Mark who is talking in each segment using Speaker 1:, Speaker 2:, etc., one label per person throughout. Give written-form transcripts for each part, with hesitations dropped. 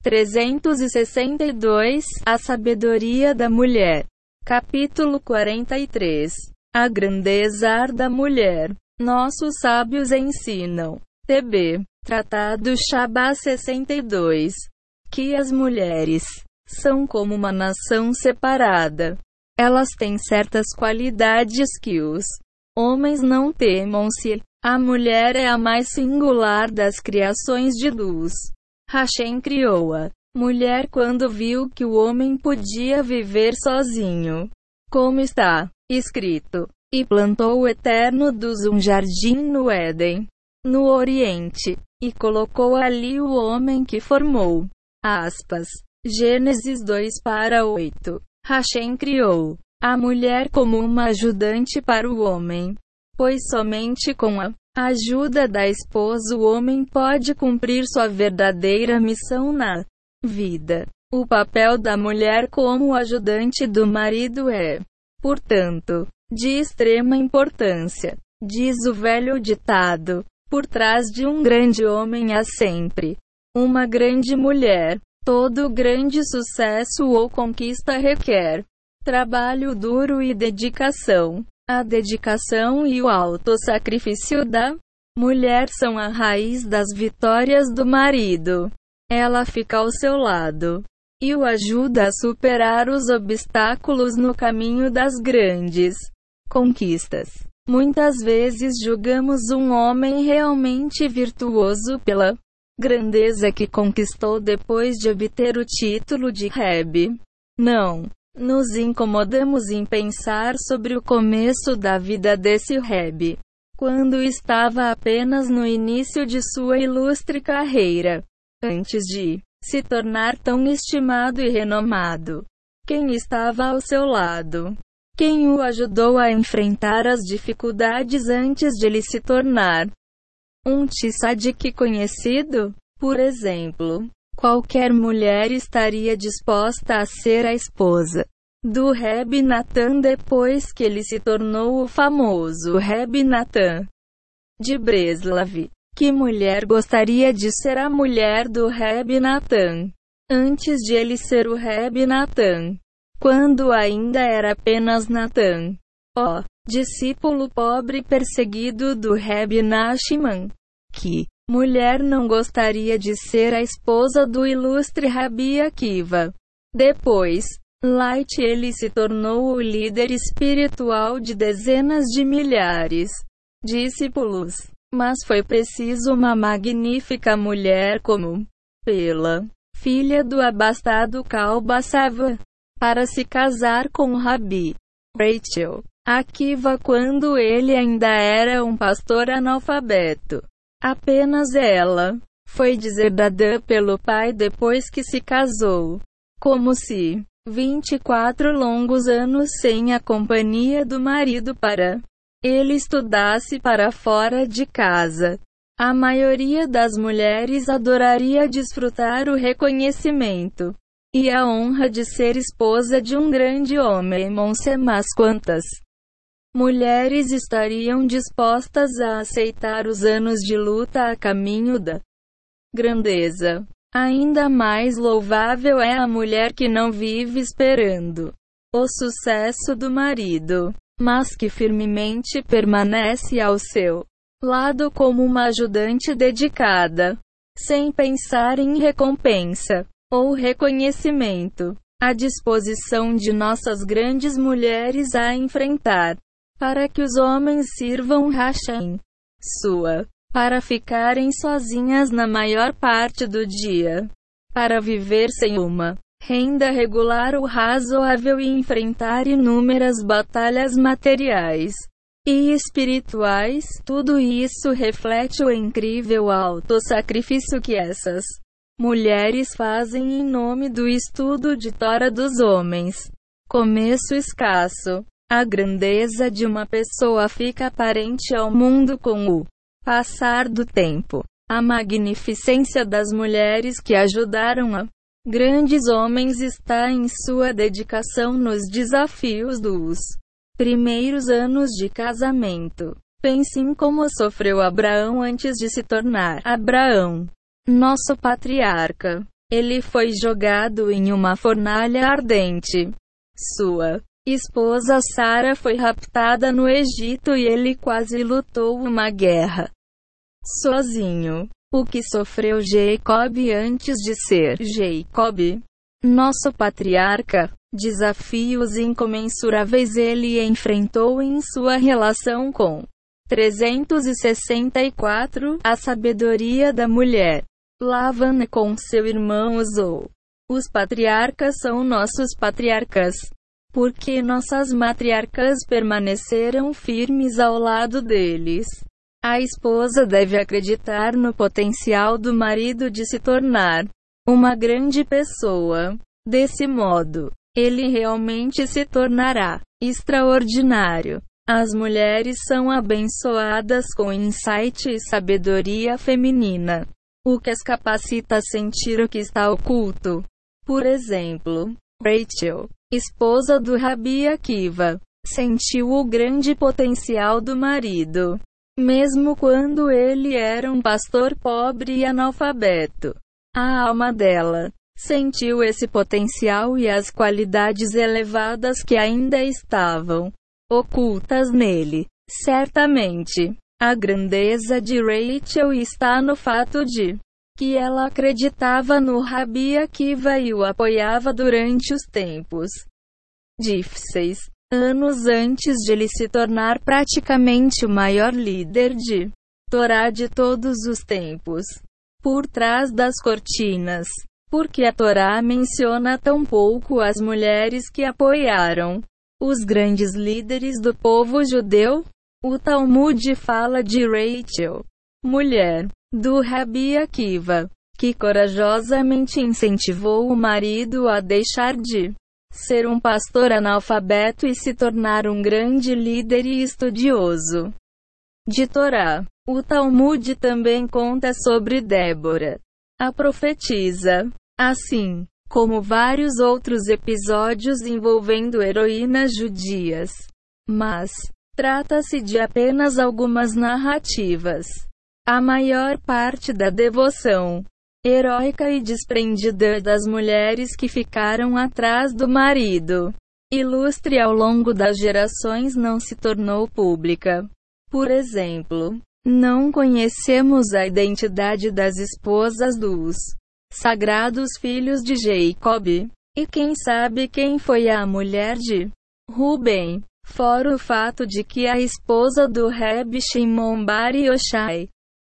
Speaker 1: 362 A sabedoria da mulher. Capítulo 43 A grandeza da mulher. Nossos sábios ensinam. TB. Tratado Shabá 62. Que as mulheres são como uma nação separada. Elas têm certas qualidades que os homens não temam-se. A mulher é a mais singular das criações de luz. Hashem criou-a mulher quando viu que o homem podia viver sozinho. Como está escrito, e plantou o Eterno Deus um jardim no Éden, no Oriente, e colocou ali o homem que formou. Aspas. Gênesis 2:8. Hashem criou a mulher como uma ajudante para o homem, pois somente com a ajuda da esposa o homem pode cumprir sua verdadeira missão na vida. O papel da mulher como ajudante do marido é, portanto, de extrema importância. Diz o velho ditado: por trás de um grande homem há sempre uma grande mulher. Todo grande sucesso ou conquista requer trabalho duro e dedicação. A dedicação e o autossacrifício da mulher são a raiz das vitórias do marido. Ela fica ao seu lado e o ajuda a superar os obstáculos no caminho das grandes conquistas. Muitas vezes julgamos um homem realmente virtuoso pela grandeza que conquistou depois de obter o título de Rebbe. Não nos incomodamos em pensar sobre o começo da vida desse Rebbe, quando estava apenas no início de sua ilustre carreira, antes de se tornar tão estimado e renomado. Quem estava ao seu lado? Quem o ajudou a enfrentar as dificuldades antes de ele se tornar um tzadik conhecido? Por exemplo, qualquer mulher estaria disposta a ser a esposa do Rebbe Natan depois que ele se tornou o famoso Rebbe Natan de Breslav. Que mulher gostaria de ser a mulher do Rebbe Natan antes de ele ser o Rebbe Natan, quando ainda era apenas Natan, ó discípulo pobre perseguido do Rebbe Nachman? Que mulher não gostaria de ser a esposa do ilustre Rabi Akiva? Depois, Light ele se tornou o líder espiritual de dezenas de milhares de discípulos. Mas foi preciso uma magnífica mulher como Pela, filha do abastado Kalba Sava, para se casar com Rabi Rachel Akiva quando ele ainda era um pastor analfabeto. Apenas ela foi deserdada pelo pai depois que se casou. Como se 24 longos anos sem a companhia do marido para ele estudasse para fora de casa. A maioria das mulheres adoraria desfrutar o reconhecimento e a honra de ser esposa de um grande homem, mas quantas mulheres estariam dispostas a aceitar os anos de luta a caminho da grandeza? Ainda mais louvável é a mulher que não vive esperando o sucesso do marido, mas que firmemente permanece ao seu lado como uma ajudante dedicada, sem pensar em recompensa ou reconhecimento. A disposição de nossas grandes mulheres a enfrentar para que os homens sirvam Hashem para ficarem sozinhas na maior parte do dia, para viver sem uma renda regular ou razoável e enfrentar inúmeras batalhas materiais e espirituais. Tudo isso reflete o incrível autossacrifício que essas mulheres fazem em nome do estudo de Tora dos homens. Começo escasso. A grandeza de uma pessoa fica aparente ao mundo com o passar do tempo. A magnificência das mulheres que ajudaram a grandes homens está em sua dedicação nos desafios dos primeiros anos de casamento. Pense em como sofreu Abraão antes de se tornar Abraão, nosso patriarca. ele foi jogado em uma fornalha ardente. Sua esposa Sara foi raptada no Egito e ele quase lutou uma guerra sozinho. O que sofreu Jacob antes de ser Jacob, nosso patriarca? Desafios incomensuráveis ele enfrentou em sua relação com 364. A sabedoria da mulher. Lavan com seu irmão usou. Os patriarcas são nossos patriarcas, porque nossas matriarcas permaneceram firmes ao lado deles. A esposa deve acreditar no potencial do marido de se tornar uma grande pessoa. Desse modo, ele realmente se tornará extraordinário. As mulheres são abençoadas com insight e sabedoria feminina, o que as capacita a sentir o que está oculto. Por exemplo, Rachel, esposa do Rabi Akiva, sentiu o grande potencial do marido, mesmo quando ele era um pastor pobre e analfabeto. A alma dela sentiu esse potencial e as qualidades elevadas que ainda estavam ocultas nele. Certamente, a grandeza de Rachel está no fato de que ela acreditava no Rabi Akiva e o apoiava durante os tempos difíceis, anos antes de ele se tornar praticamente o maior líder de Torá de todos os tempos. Por trás das cortinas. Porque a Torá menciona tão pouco as mulheres que apoiaram os grandes líderes do povo judeu? O Talmud fala de Rachel, mulher do Rabi Akiva, que corajosamente incentivou o marido a deixar de ser um pastor analfabeto e se tornar um grande líder e estudioso de Torá. O Talmud também conta sobre Débora, a profetisa, assim como vários outros episódios envolvendo heroínas judias. Mas trata-se de apenas algumas narrativas. A maior parte da devoção heróica e desprendida das mulheres que ficaram atrás do marido ilustre ao longo das gerações não se tornou pública. Por exemplo, não conhecemos a identidade das esposas dos sagrados filhos de Jacob. E quem sabe quem foi a mulher de Ruben, fora o fato de que a esposa do Reb Shimon Bar Yochai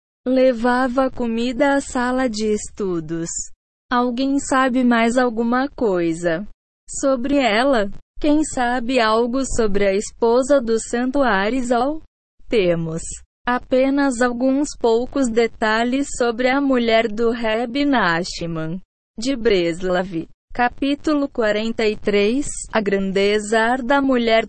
Speaker 1: levava comida à sala de estudos. Alguém sabe mais alguma coisa sobre ela? Quem sabe algo sobre a esposa do santuário Arizal? Temos apenas alguns poucos detalhes sobre a mulher do Reb Nachman de Breslav. Capítulo 43. A grandeza da mulher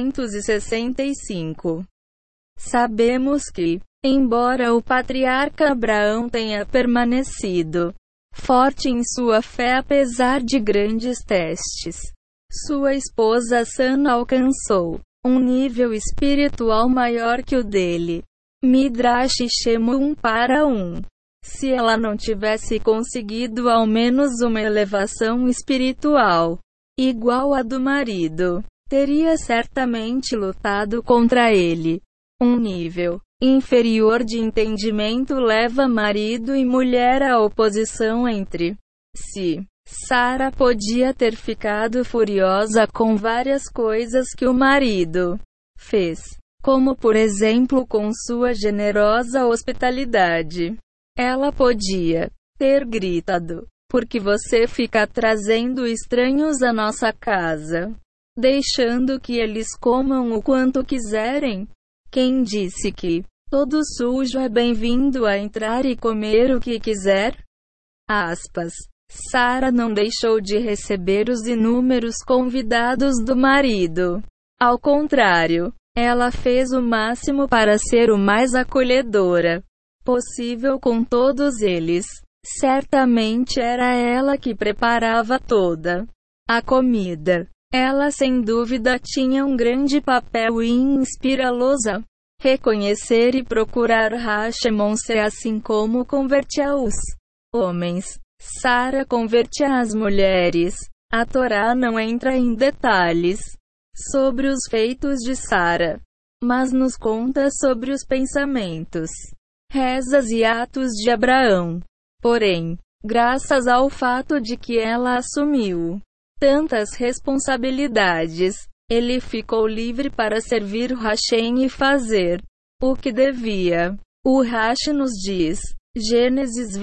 Speaker 1: 365. Sabemos que, embora o patriarca Abraão tenha permanecido forte em sua fé apesar de grandes testes, sua esposa Sana alcançou um nível espiritual maior que o dele. Midrash Shemu 1:1. Se ela não tivesse conseguido ao menos uma elevação espiritual igual à do marido, teria certamente lutado contra ele. Um nível inferior de entendimento leva marido e mulher à oposição entre si. Sara podia ter ficado furiosa com várias coisas que o marido fez, como por exemplo com sua generosa hospitalidade. Ela podia ter gritado: "Por que você fica trazendo estranhos à nossa casa, deixando que eles comam o quanto quiserem? Quem disse que todo sujo é bem-vindo a entrar e comer o que quiser?" Aspas. Sara não deixou de receber os inúmeros convidados do marido. Ao contrário, ela fez o máximo para ser o mais acolhedora possível com todos eles. Certamente era ela que preparava toda a comida. Ela sem dúvida tinha um grande papel e inspirá-los a reconhecer e procurar Hashemon, assim como convertia os homens. Sara convertia as mulheres. A Torá não entra em detalhes sobre os feitos de Sara, mas nos conta sobre os pensamentos, rezas e atos de Abraão. Porém, graças ao fato de que ela assumiu tantas responsabilidades, ele ficou livre para servir o Hashem e fazer o que devia. O Rashi nos diz, Gênesis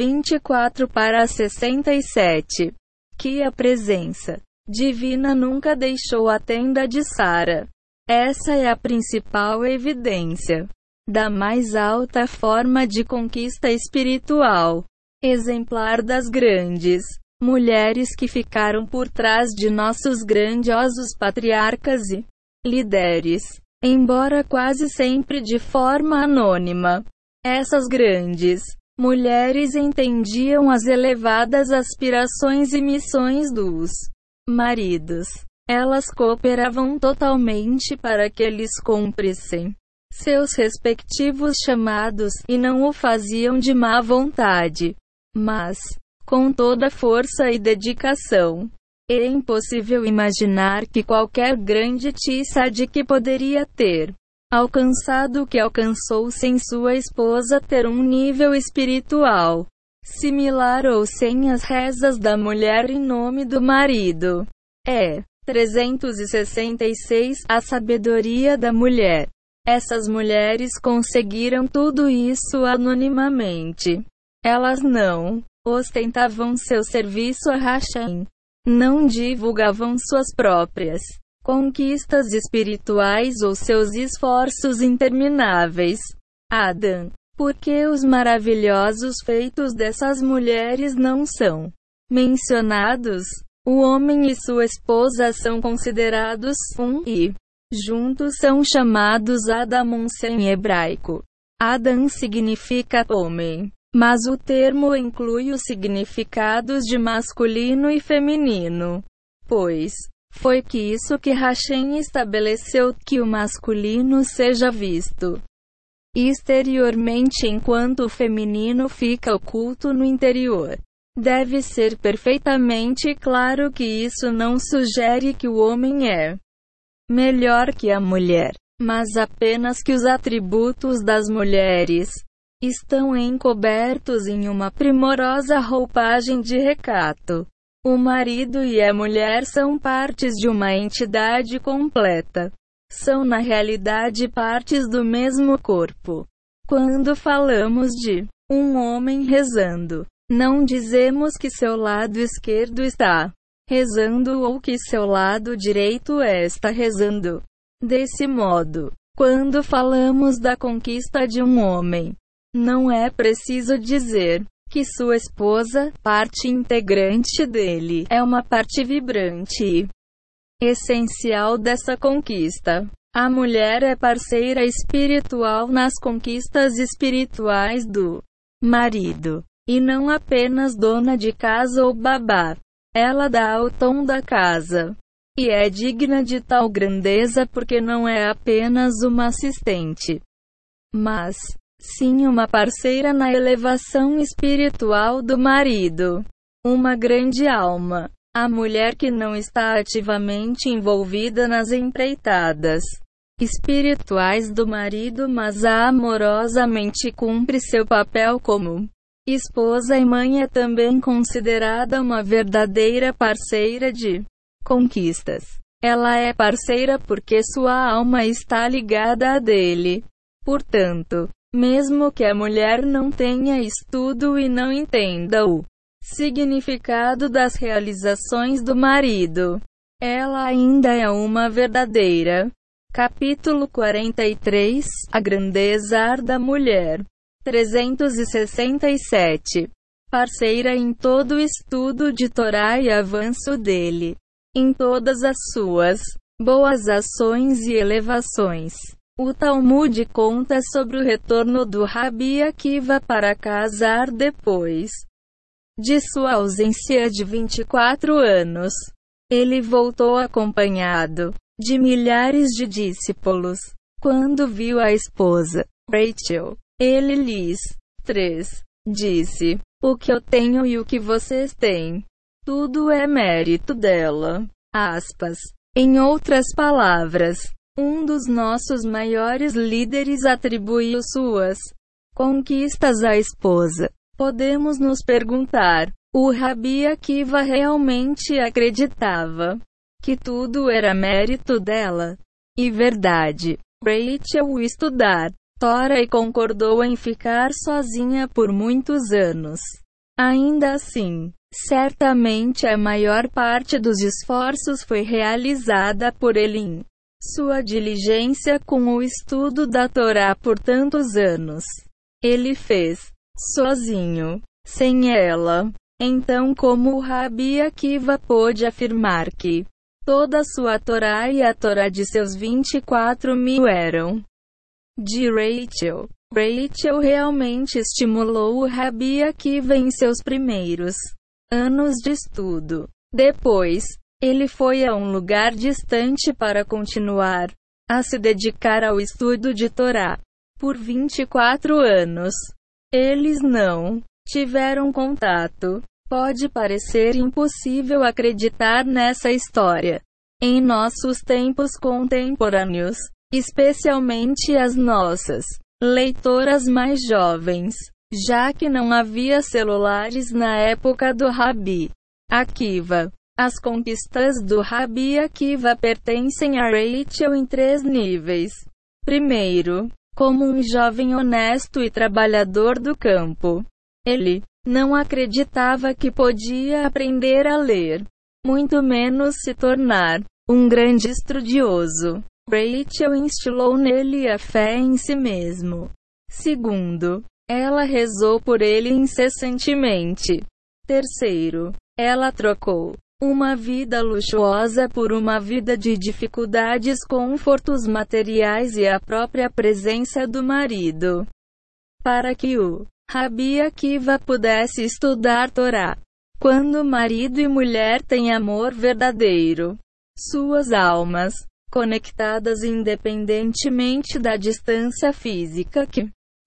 Speaker 1: 24:67, que a presença divina nunca deixou a tenda de Sara. Essa é a principal evidência da mais alta forma de conquista espiritual, exemplar das grandes mulheres que ficaram por trás de nossos grandiosos patriarcas e líderes, embora quase sempre de forma anônima. Essas grandes mulheres entendiam as elevadas aspirações e missões dos maridos. Elas cooperavam totalmente para que eles cumprissem seus respectivos chamados, e não o faziam de má vontade, mas com toda força e dedicação. É impossível imaginar que qualquer grande tzaddik poderia ter alcançado o que alcançou sem sua esposa ter um nível espiritual similar ou sem as rezas da mulher em nome do marido. 366 A sabedoria da mulher. Essas mulheres conseguiram tudo isso anonimamente. Elas não ostentavam seu serviço a Hashem, não divulgavam suas próprias conquistas espirituais ou seus esforços intermináveis. Adam. Porque os maravilhosos feitos dessas mulheres não são mencionados? O homem e sua esposa são considerados e juntos são chamados Adamunse em hebraico. Adam significa homem, mas o termo inclui os significados de masculino e feminino. Pois foi isso que Hashem estabeleceu, que o masculino seja visto exteriormente enquanto o feminino fica oculto no interior. Deve ser perfeitamente claro que isso não sugere que o homem é melhor que a mulher, mas apenas que os atributos das mulheres estão encobertos em uma primorosa roupagem de recato. O marido e a mulher são partes de uma entidade completa. São na realidade partes do mesmo corpo. Quando falamos de um homem rezando, não dizemos que seu lado esquerdo está rezando ou que seu lado direito está rezando. Desse modo, quando falamos da conquista de um homem, não é preciso dizer que sua esposa, parte integrante dele, é uma parte vibrante e essencial dessa conquista. A mulher é parceira espiritual nas conquistas espirituais do marido, e não apenas dona de casa ou babá. Ela dá o tom da casa, e é digna de tal grandeza porque não é apenas uma assistente, mas sim uma parceira na elevação espiritual do marido. Uma grande alma. A mulher que não está ativamente envolvida nas empreitadas espirituais do marido, mas amorosamente cumpre seu papel como esposa e mãe, é também considerada uma verdadeira parceira de conquistas. Ela é parceira porque sua alma está ligada à dele. Portanto, mesmo que a mulher não tenha estudo e não entenda o significado das realizações do marido, ela ainda é uma verdadeira. Capítulo 43 A grandeza da mulher. 367. Parceira em todo o estudo de Torá e avanço dele, em todas as suas boas ações e elevações. O Talmud conta sobre o retorno do Rabi Akiva para casar depois de sua ausência de 24 anos. Ele voltou acompanhado de milhares de discípulos. Quando viu a esposa, Rachel, ele lhes disse: O que eu tenho e o que vocês têm, tudo é mérito dela. Aspas. Em outras palavras, um dos nossos maiores líderes atribuiu suas conquistas à esposa. Podemos nos perguntar, o Rabi Akiva realmente acreditava que tudo era mérito dela? E verdade. Rachel estudar Tora e concordou em ficar sozinha por muitos anos. Ainda assim, certamente a maior parte dos esforços foi realizada por ele em sua diligência com o estudo da Torá por tantos anos. Ele fez sozinho, sem ela. Então, como o Rabi Akiva pôde afirmar que toda a sua Torá e a Torá de seus 24.000 eram de Rachel? Rachel realmente estimulou o Rabi Akiva em seus primeiros anos de estudo. Depois, ele foi a um lugar distante para continuar a se dedicar ao estudo de Torá. Por 24 anos, eles não tiveram contato. Pode parecer impossível acreditar nessa história em nossos tempos contemporâneos, especialmente as nossas leitoras mais jovens, já que não havia celulares na época do Rabi Akiva. As conquistas do Rabi Akiva pertencem a Rachel em 3 níveis. Primeiro, como um jovem honesto e trabalhador do campo, ele não acreditava que podia aprender a ler, muito menos se tornar um grande estudioso. Rachel instilou nele a fé em si mesmo. Segundo, ela rezou por ele incessantemente. Terceiro, ela trocou uma vida luxuosa por uma vida de dificuldades, confortos materiais e a própria presença do marido, para que o Rabi Akiva pudesse estudar Torá. Quando marido e mulher têm amor verdadeiro, suas almas, conectadas independentemente da distância física que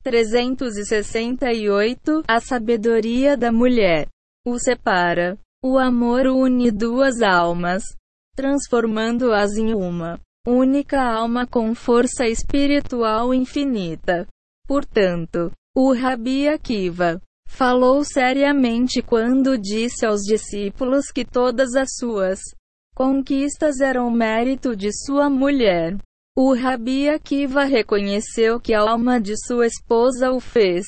Speaker 1: 368, a sabedoria da mulher o separa. O amor une duas almas, transformando-as em uma única alma com força espiritual infinita. Portanto, o Rabi Akiva falou seriamente quando disse aos discípulos que todas as suas conquistas eram mérito de sua mulher. O Rabi Akiva reconheceu que a alma de sua esposa o fez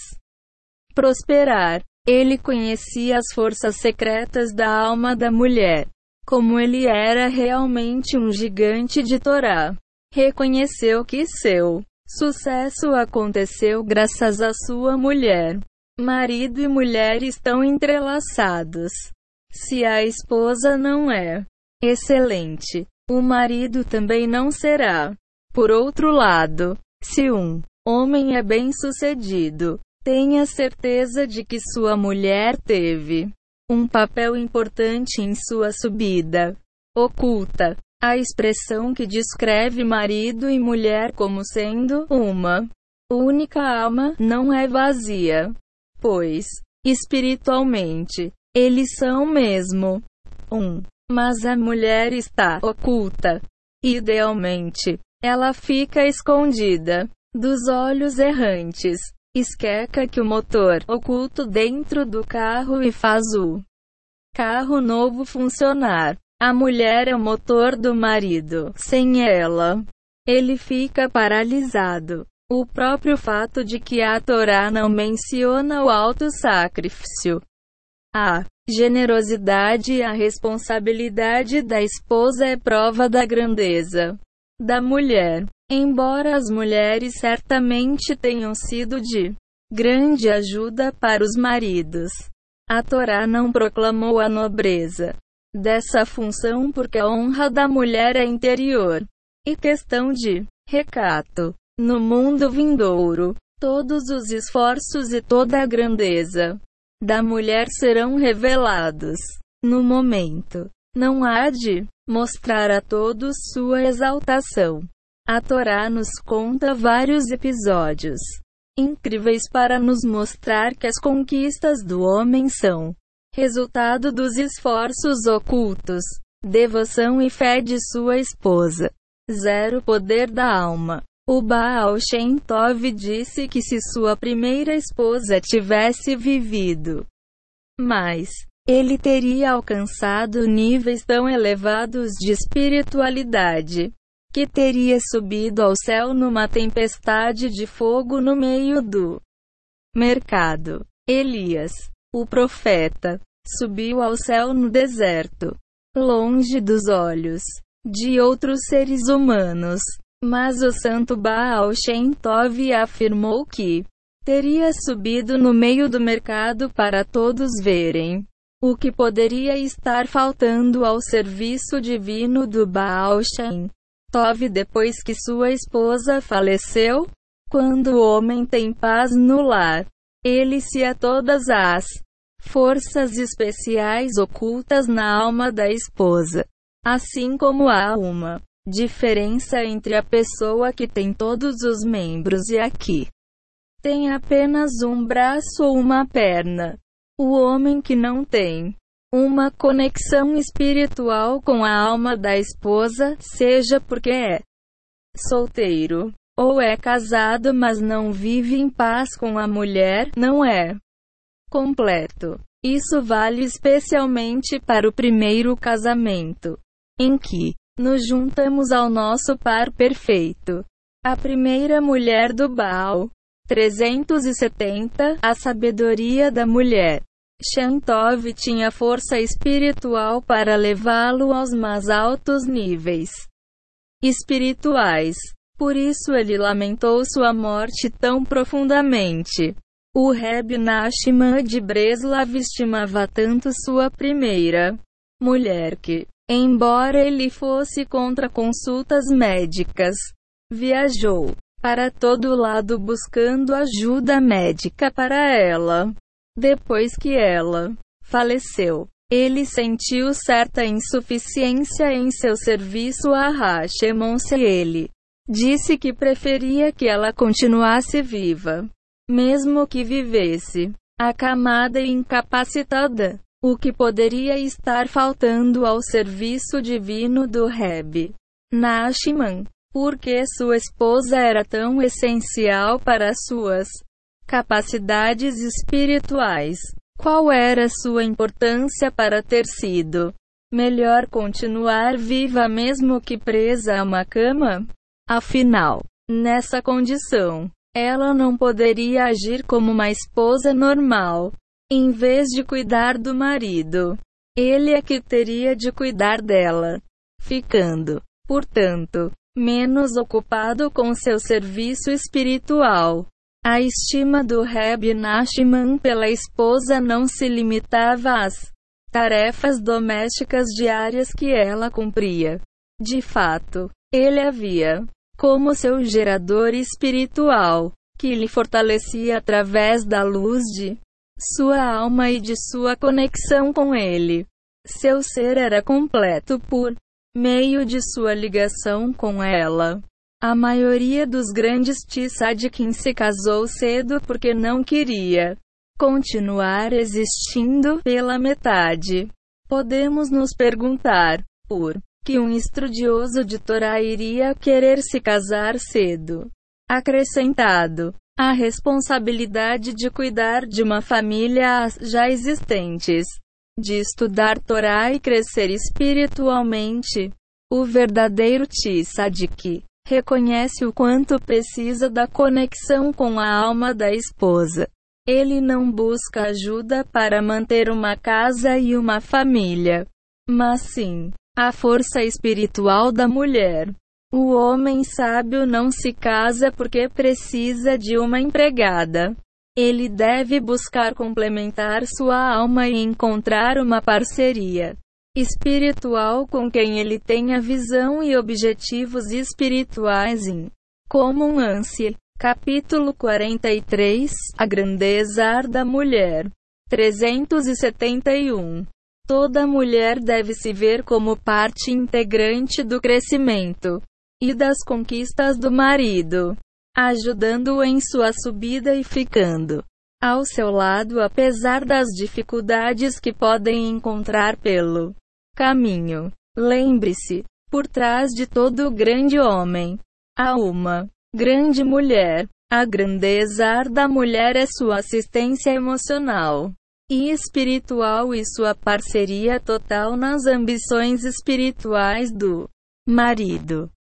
Speaker 1: prosperar. Ele conhecia as forças secretas da alma da mulher. Como ele era realmente um gigante de Torá, reconheceu que seu sucesso aconteceu graças à sua mulher. Marido e mulher estão entrelaçados. Se a esposa não é excelente, o marido também não será. Por outro lado, se um homem é bem-sucedido, tenha certeza de que sua mulher teve um papel importante em sua subida oculta. A expressão que descreve marido e mulher como sendo uma única alma não é vazia, pois, espiritualmente, eles são mesmo um. Mas a mulher está oculta. Idealmente, ela fica escondida dos olhos errantes. Esqueca que o motor oculto dentro do carro e faz o carro novo funcionar. A mulher é o motor do marido. Sem ela, ele fica paralisado. O próprio fato de que a Torá não menciona o autossacrifício, a generosidade e a responsabilidade da esposa é prova da grandeza da mulher. Embora as mulheres certamente tenham sido de grande ajuda para os maridos, a Torá não proclamou a nobreza dessa função porque a honra da mulher é interior e questão de recato. No mundo vindouro, todos os esforços e toda a grandeza da mulher serão revelados. No momento, não há de mostrar a todos sua exaltação. A Torá nos conta vários episódios incríveis para nos mostrar que as conquistas do homem são resultado dos esforços ocultos, devoção e fé de sua esposa. 0 Poder da alma. O Baal Shem Tov disse que se sua primeira esposa tivesse vivido mais, ele teria alcançado níveis tão elevados de espiritualidade que teria subido ao céu numa tempestade de fogo no meio do mercado. Elias, o profeta, subiu ao céu no deserto, longe dos olhos de outros seres humanos. Mas o santo Baal Shem Tov afirmou que teria subido no meio do mercado para todos verem. O que poderia estar faltando ao serviço divino do Baal Shem Tov depois que sua esposa faleceu? Quando o homem tem paz no lar, ele se a todas as forças especiais ocultas na alma da esposa. Assim como há uma diferença entre a pessoa que tem todos os membros e a que tem apenas um braço ou uma perna. O homem que não tem uma conexão espiritual com a alma da esposa, seja porque é solteiro ou é casado mas não vive em paz com a mulher, não é completo. Isso vale especialmente para o primeiro casamento, em que nos juntamos ao nosso par perfeito. A primeira mulher do Baal. 370. A sabedoria da mulher. Shem Tov tinha força espiritual para levá-lo aos mais altos níveis espirituais. Por isso ele lamentou sua morte tão profundamente. O Reb Nachman de Breslav estimava tanto sua primeira mulher que, embora ele fosse contra consultas médicas, viajou para todo lado buscando ajuda médica para ela. Depois que ela faleceu, ele sentiu certa insuficiência em seu serviço a Hashemon-se. Ele disse que preferia que ela continuasse viva, mesmo que vivesse acamada e incapacitada. O que poderia estar faltando ao serviço divino do Reb Nachman? Porque sua esposa era tão essencial para suas capacidades espirituais. Qual era sua importância para ter sido melhor continuar viva mesmo que presa a uma cama? Afinal, nessa condição, ela não poderia agir como uma esposa normal. Em vez de cuidar do marido, ele é que teria de cuidar dela, ficando, portanto, menos ocupado com seu serviço espiritual. A estima do Reb Nachman pela esposa não se limitava às tarefas domésticas diárias que ela cumpria. De fato, ele havia como seu gerador espiritual, que lhe fortalecia através da luz de sua alma e de sua conexão com ele. Seu ser era completo por meio de sua ligação com ela. A maioria dos grandes tzadikim se casou cedo porque não queria continuar existindo pela metade. Podemos nos perguntar, por que um estudioso de Torá iria querer se casar cedo? Acrescentado, a responsabilidade de cuidar de uma família já existentes, de estudar Torá e crescer espiritualmente. O verdadeiro tzadik reconhece o quanto precisa da conexão com a alma da esposa. Ele não busca ajuda para manter uma casa e uma família, mas sim a força espiritual da mulher. O homem sábio não se casa porque precisa de uma empregada. Ele deve buscar complementar sua alma e encontrar uma parceria espiritual com quem ele tenha visão e objetivos espirituais em comum. Capítulo 43. A grandeza da mulher. 371. Toda mulher deve se ver como parte integrante do crescimento e das conquistas do marido. ajudando-o em sua subida e ficando ao seu lado apesar das dificuldades que podem encontrar pelo caminho. Lembre-se, por trás de todo grande homem, há uma grande mulher. A grandeza da mulher é sua assistência emocional e espiritual e sua parceria total nas ambições espirituais do marido.